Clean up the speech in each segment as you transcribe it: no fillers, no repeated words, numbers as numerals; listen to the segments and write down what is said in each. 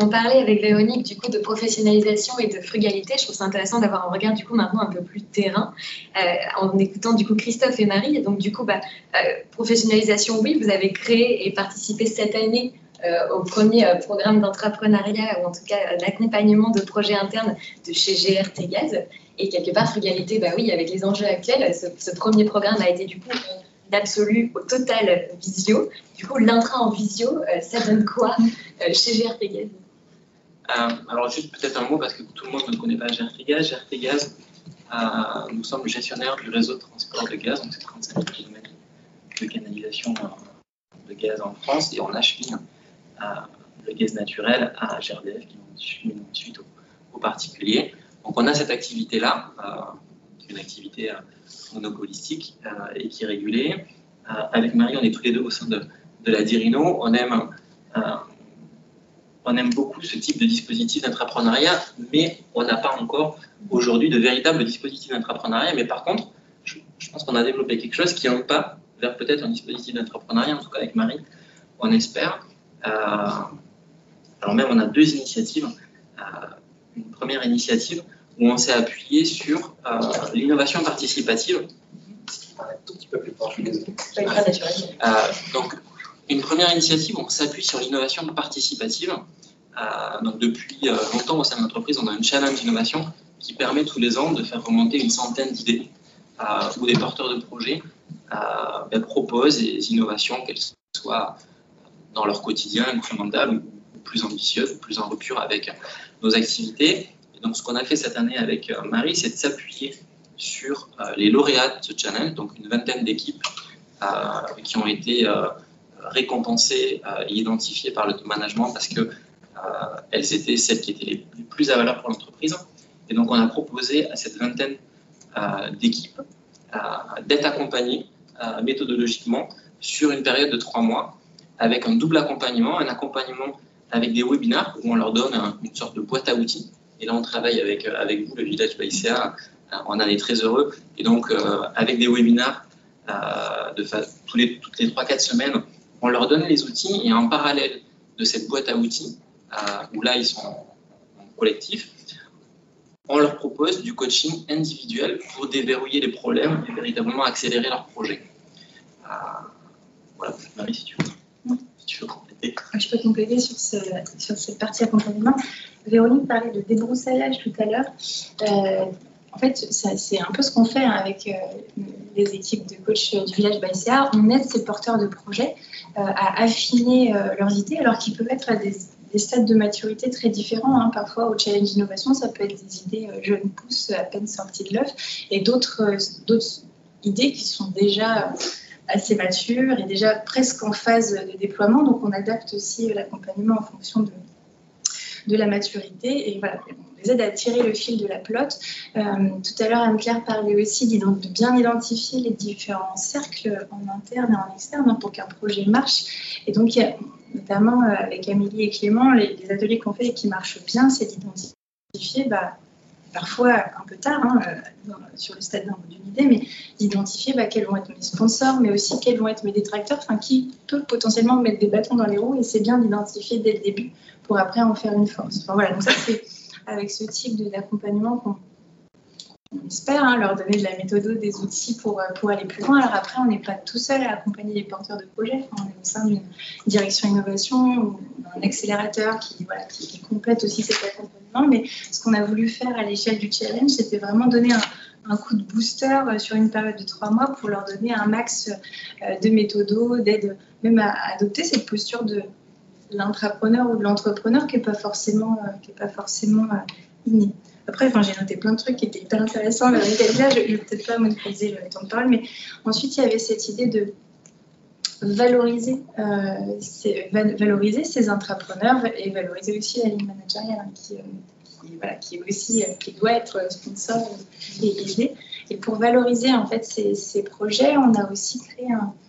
On parlait avec Véronique du coup de professionnalisation et de frugalité. Je trouve ça intéressant d'avoir un regard du coup maintenant un peu plus terrain en écoutant du coup Christophe et Marie. Et donc du coup, professionnalisation, oui, vous avez créé et participé cette année au premier programme d'entrepreneuriat ou en tout cas d'accompagnement de projets internes de chez GRT Gaz. Et quelque part, frugalité, oui, avec les enjeux actuels, ce premier programme a été du coup d'absolu au total visio. Du coup, l'intra en visio, ça donne quoi chez GRT Gaz? Alors juste peut-être un mot parce que tout le monde ne connaît pas GRT Gaz. GRT Gaz, nous sommes le gestionnaire du réseau de transport de gaz, donc c'est 35 000 km de canalisation de gaz en France, et on achemine le gaz naturel à GRDF qui nous suite aux particuliers. Donc on a cette activité-là, qui est une activité monopolistique et qui est régulée. Avec Marie, on est tous les deux au sein de la Dirino. On aime beaucoup ce type de dispositif d'entrepreneuriat, mais on n'a pas encore aujourd'hui de véritable dispositif d'entrepreneuriat. Mais par contre, je pense qu'on a développé quelque chose qui est un pas vers peut-être un dispositif d'entrepreneuriat, en tout cas avec Marie, on espère. Alors même, on a deux initiatives. Une première initiative où on s'est appuyé sur l'innovation participative. Un tout petit peu plus fort, je suis désolé. Donc, une première initiative, on s'appuie sur l'innovation participative. Donc, depuis longtemps au sein de l'entreprise, on a un challenge d'innovation qui permet tous les ans de faire remonter une centaine d'idées où des porteurs de projets proposent des innovations, qu'elles soient dans leur quotidien incrémentales ou plus ambitieuses, ou plus en rupture avec nos activités. Et donc, ce qu'on a fait cette année avec Marie, c'est de s'appuyer sur les lauréats de ce challenge, donc une vingtaine d'équipes qui ont été récompensées et identifiées par le management parce que elles étaient celles qui étaient les plus à valeur pour l'entreprise. Et donc, on a proposé à cette vingtaine d'équipes d'être accompagnées méthodologiquement sur une période de 3 mois avec un double accompagnement, un accompagnement avec des webinars où on leur donne une sorte de boîte à outils. Et là, on travaille avec vous, le Village by CA. On en est très heureux. Et donc, avec des webinars toutes les 3-4 semaines, on leur donne les outils et en parallèle de cette boîte à outils, où là, ils sont en collectif, on leur propose du coaching individuel pour déverrouiller les problèmes et véritablement accélérer leur projet. Voilà, Marie, si tu veux compléter. Je peux compléter sur cette partie accompagnement. Véronique parlait de débroussaillage tout à l'heure. En fait, c'est un peu ce qu'on fait avec les équipes de coach du Village by CA. On aide ces porteurs de projets à affiner leurs idées, alors qu'ils peuvent être à des stades de maturité très différents. Parfois, au challenge d'innovation, ça peut être des idées jeunes pousses, à peine sorties de l'œuf, et d'autres idées qui sont déjà assez matures et déjà presque en phase de déploiement. Donc, on adapte aussi l'accompagnement en fonction de la maturité. Et voilà, on les aide à tirer le fil de la pelote. Tout à l'heure, Anne-Claire parlait aussi de bien identifier les différents cercles en interne et en externe pour qu'un projet marche. Et donc, il y a, notamment avec Amélie et Clément, les ateliers qu'on fait et qui marchent bien, c'est d'identifier, parfois un peu tard, sur le stade d'une idée, mais d'identifier quels vont être mes sponsors, mais aussi quels vont être mes détracteurs, qui peuvent potentiellement mettre des bâtons dans les roues, et c'est bien d'identifier dès le début pour après en faire une force. Voilà, donc ça c'est avec ce type d'accompagnement qu'on espère leur donner de la méthode, des outils pour aller plus loin. Alors après, on n'est pas tout seul à accompagner les porteurs de projets. On est au sein d'une direction innovation ou d'un accélérateur qui complète aussi cet accompagnement. Mais ce qu'on a voulu faire à l'échelle du challenge, c'était vraiment donner un coup de booster sur une période de 3 mois pour leur donner un max de méthodos, d'aide, même à adopter cette posture de l'intrapreneur ou de l'entrepreneur qui n'est pas forcément innée. Après, j'ai noté plein de trucs qui étaient hyper intéressants. Là, je ne vais peut-être pas monopoliser le temps de parole, mais ensuite, il y avait cette idée de valoriser ces intrapreneurs et valoriser aussi la ligne managériale qui doit être sponsor et aidé. Et pour valoriser en fait ces projets, on a aussi créé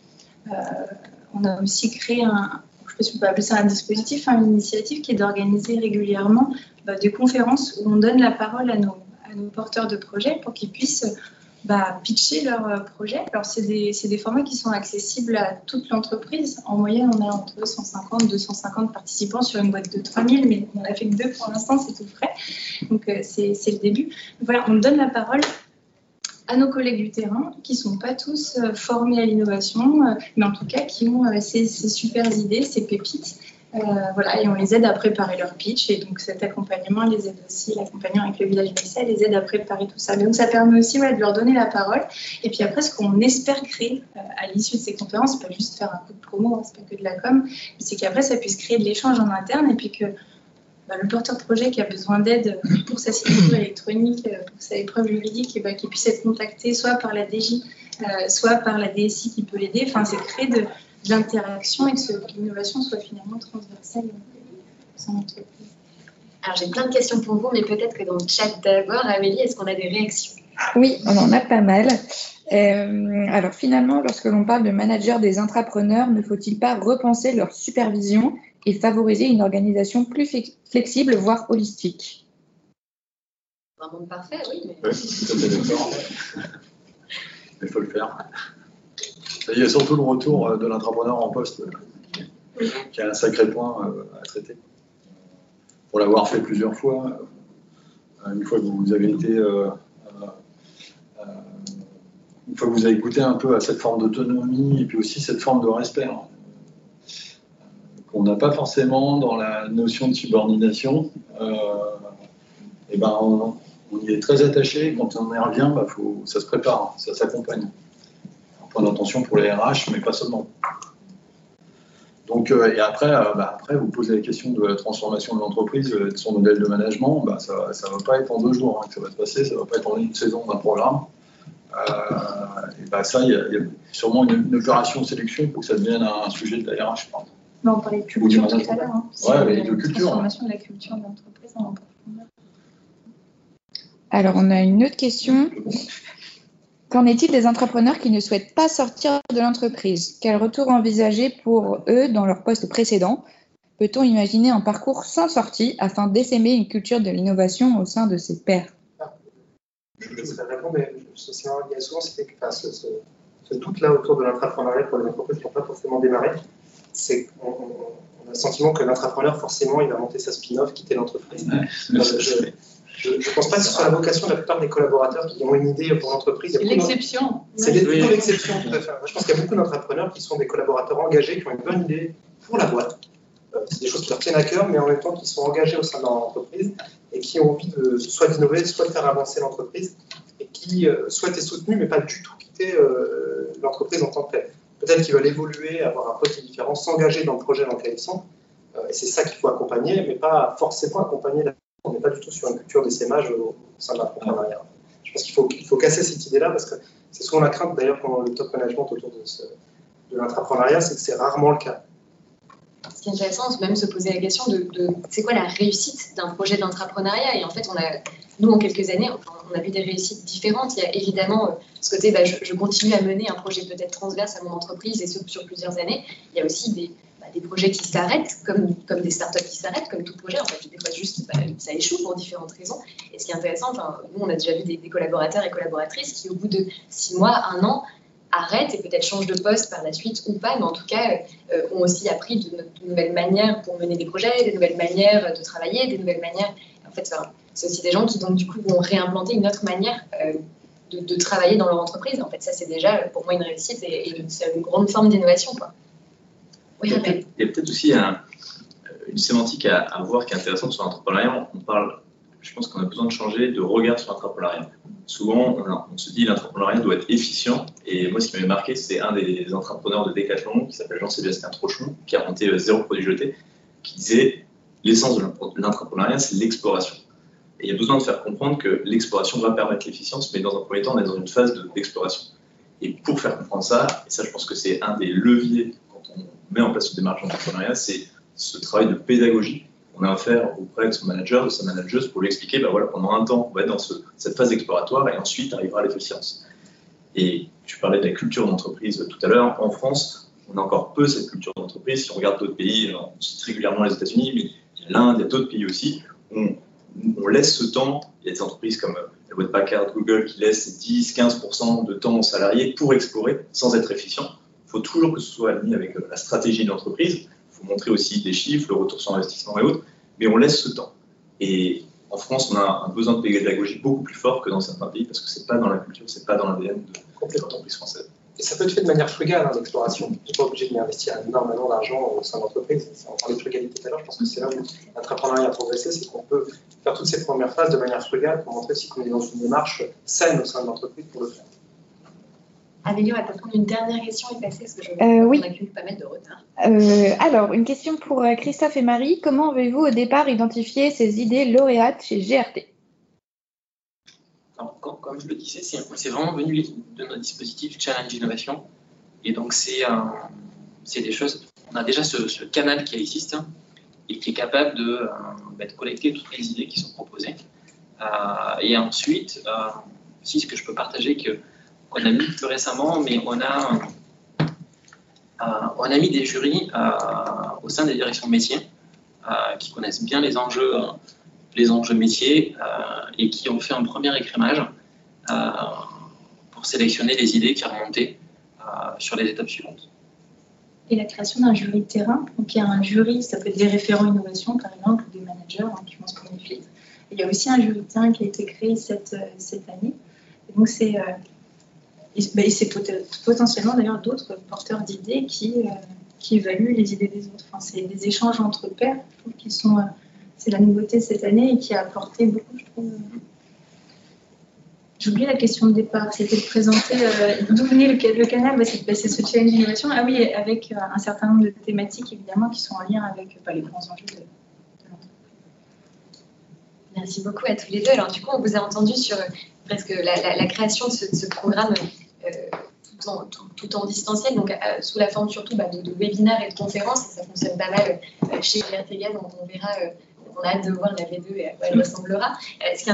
un je ne sais pas si on peut appeler ça un dispositif, une initiative qui est d'organiser régulièrement des conférences où on donne la parole à nos porteurs de projets pour qu'ils puissent pitcher leur projet. Alors, c'est des formats qui sont accessibles à toute l'entreprise. En moyenne, on a entre 150 et 250 participants sur une boîte de 3000, mais on n'en a fait que 2 pour l'instant, c'est tout frais. Donc, c'est le début. Voilà, on donne la parole à nos collègues du terrain qui ne sont pas tous formés à l'innovation, mais en tout cas qui ont ces super idées, ces pépites. Voilà, et on les aide à préparer leur pitch. Et donc cet accompagnement les aide aussi, l'accompagnement avec le village BSA les aide à préparer tout ça. Donc ça permet aussi de leur donner la parole. Et puis après, ce qu'on espère créer à l'issue de ces conférences, c'est pas juste faire un coup de promo, hein, c'est pas que de la com, mais c'est qu'après ça puisse créer de l'échange en interne et puis que le porteur de projet qui a besoin d'aide pour sa signature électronique, pour sa épreuve juridique, qu'il puisse être contacté soit par la DJ, soit par la DSI qui peut l'aider. Enfin, c'est créer de l'interaction et que l'innovation soit finalement transversale au sein de l'entreprise. Alors, j'ai plein de questions pour vous, mais peut-être que dans le chat d'abord, Amélie, est-ce qu'on a des réactions? Oui, on en a pas mal. Alors finalement, lorsque l'on parle de manager des intrapreneurs, ne faut-il pas repenser leur supervision et favoriser une organisation plus flexible, voire holistique? Un monde parfait, oui. Mais... Oui, tout à fait d'accord. Il faut le faire. Il y a surtout le retour de l'entrepreneur en poste qui est un sacré point à traiter. Pour l'avoir fait plusieurs fois, une fois que vous avez été... une fois que vous avez goûté un peu à cette forme d'autonomie et puis aussi cette forme de respect qu'on n'a pas forcément dans la notion de subordination, et ben on y est très attaché. Quand on y revient, ça se prépare, ça s'accompagne. Un point d'attention pour les RH, mais pas seulement. Donc, et après, vous posez la question de la transformation de l'entreprise, de son modèle de management. Ça ne va pas être en 2 jours que ça va se passer, ça ne va pas être en une saison d'un programme. Il y a sûrement une opération de sélection pour que ça devienne un sujet de la RH. On parlait de culture tout à l'heure. Oui, de culture. Transformation de la culture de l'entreprise en profondeur. Alors, on a une autre question. Qu'en est-il des entrepreneurs qui ne souhaitent pas sortir de l'entreprise? Quel retour envisager pour eux dans leur poste précédent? Peut-on imaginer un parcours sans sortie afin d'essaimer une culture de l'innovation au sein de ses pairs? Je vais répondre, mais il y a souvent ce doute-là autour de l'intrapreneuriat pour les entreprises qui n'ont pas forcément démarré. C'est qu'on a le sentiment que l'entrepreneur, forcément, il va monter sa spin-off, quitter l'entreprise. Je ne pense pas que ce soit la vocation de la plupart des collaborateurs qui ont une idée pour l'entreprise. C'est l'exception. C'est l'exception, tout à fait. Moi, je pense qu'il y a beaucoup d'entrepreneurs qui sont des collaborateurs engagés, qui ont une bonne idée pour la boîte. C'est des choses qui leur tiennent à cœur, mais en même temps qui sont engagés au sein de leur entreprise et qui ont envie soit d'innover, soit de faire avancer l'entreprise et qui souhaitent être soutenus, mais pas du tout quitter l'entreprise en tant que telle. Peut-être qu'ils veulent évoluer, avoir un poste différent, s'engager dans le projet dans lequel ils sont. Et c'est ça qu'il faut accompagner, mais pas forcément accompagner la... On n'est pas du tout sur une culture d'essaimage au sein de l'entrepreneuriat. Je pense qu'il faut casser cette idée-là, parce que c'est souvent la crainte, d'ailleurs, pendant le top management autour de l'entrepreneuriat, c'est que c'est rarement le cas. Ce qui est intéressant, c'est même se poser la question de c'est quoi la réussite d'un projet d'entrepreneuriat. Et en fait, nous, en quelques années, on a vu des réussites différentes. Il y a évidemment ce côté, je continue à mener un projet peut-être transverse à mon entreprise et ce sur plusieurs années. Il y a aussi des projets qui s'arrêtent, comme des startups qui s'arrêtent, comme tout projet. En fait, des fois, juste, ça échoue pour différentes raisons. Et ce qui est intéressant, nous, on a déjà vu des collaborateurs et collaboratrices qui, au bout de 6 mois, 1 an, arrêtent et peut-être changent de poste par la suite ou pas, mais en tout cas, ont aussi appris de nouvelles manières pour mener des projets, des nouvelles manières de travailler, des nouvelles manières... En fait, c'est aussi des gens qui, donc, du coup, vont réimplanter une autre manière de travailler dans leur entreprise. En fait, ça, c'est déjà, pour moi, une réussite et c'est une grande forme d'innovation, quoi. Oui, il y a peut-être aussi une sémantique à voir qui est intéressante sur l'entrepreneuriat. On parle, je pense qu'on a besoin de changer de regard sur l'entrepreneuriat. Souvent, on se dit que l'entrepreneuriat doit être efficient. Et moi, ce qui m'avait marqué, c'est un des entrepreneurs de Decathlon qui s'appelle Jean-Sébastien Trochon, qui a monté Zéro Produit Jeté, qui disait l'essence de l'entrepreneuriat, c'est l'exploration. Et il y a besoin de faire comprendre que l'exploration doit permettre l'efficience, mais dans un premier temps, on est dans une phase d'exploration. Et pour faire comprendre ça, et ça, je pense que c'est un des leviers quand on met en place une démarche d'entrepreneuriat, c'est ce travail de pédagogie qu'on a à faire auprès de son manager, de sa manageuse, pour lui expliquer, pendant un temps, on va être dans cette phase exploratoire et ensuite arrivera l'efficience. Et tu parlais de la culture d'entreprise tout à l'heure. En France, on a encore peu cette culture d'entreprise. Si on regarde d'autres pays, on cite régulièrement les États-Unis, mais il y a l'Inde, il y a d'autres pays aussi, où on laisse ce temps. Il y a des entreprises comme la boîte Packard, Google qui laisse 10-15% de temps aux salariés pour explorer sans être efficient. Il faut toujours que ce soit aligné avec la stratégie de l'entreprise. Il faut montrer aussi des chiffres, le retour sur investissement et autres, mais on laisse ce temps. Et en France, on a un besoin de pédagogie beaucoup plus fort que dans certains pays parce que ce n'est pas dans la culture, ce n'est pas dans l'ADN de l'entreprise française. Et ça peut être fait de manière frugale, hein, l'exploration. On n'est pas obligé d'investir énormément d'argent au sein de l'entreprise. On parlait de frugalité tout à l'heure, je pense que c'est là où l'entrepreneuriat a progressé, c'est qu'on peut faire toutes ces premières phases de manière frugale pour montrer aussi qu'on est dans une démarche saine au sein de l'entreprise pour le faire. Amélie, on va peut-être prendre une dernière question et passer, parce que je vois oui. qu'on accumule pas mal de retard. Alors, une question pour Christophe et Marie. Comment avez-vous au départ identifié ces idées lauréates chez GRT? Alors, comme je le disais, c'est vraiment venu de notre dispositif Challenge Innovation. Et donc, c'est des choses. On a déjà ce canal qui existe et qui est capable de collecter toutes les idées qui sont proposées. Et ensuite, si ce que je peux partager, qu'on a mis plus récemment, mais on a mis des jurys au sein des directions métiers qui connaissent bien les enjeux métiers et qui ont fait un premier écrémage pour sélectionner les idées qui remontaient sur les étapes suivantes. Et la création d'un jury de terrain, donc il y a un jury, ça peut être des référents innovation par exemple, ou des managers qui vont se profiter. Il y a aussi un jury de terrain qui a été créé cette année. Et donc c'est potentiellement d'ailleurs d'autres porteurs d'idées qui évaluent les idées des autres. Enfin, c'est des échanges entre pairs, je trouve, qui sont... c'est la nouveauté de cette année et qui a apporté beaucoup, je trouve. J'ai oublié la question de départ, c'était de présenter d'où venait le canal, c'est ce challenge innovation. Ah oui, avec un certain nombre de thématiques évidemment qui sont en lien avec les grands enjeux de l'entreprise. Merci beaucoup à tous les deux. Alors du coup, on vous a entendu sur presque la création de ce programme tout en distanciel, donc sous la forme surtout de webinaires et de conférences. Et ça fonctionne pas mal chez GRT Gaz, donc on verra. On a hâte de voir la V2 et à quoi elle ressemblera.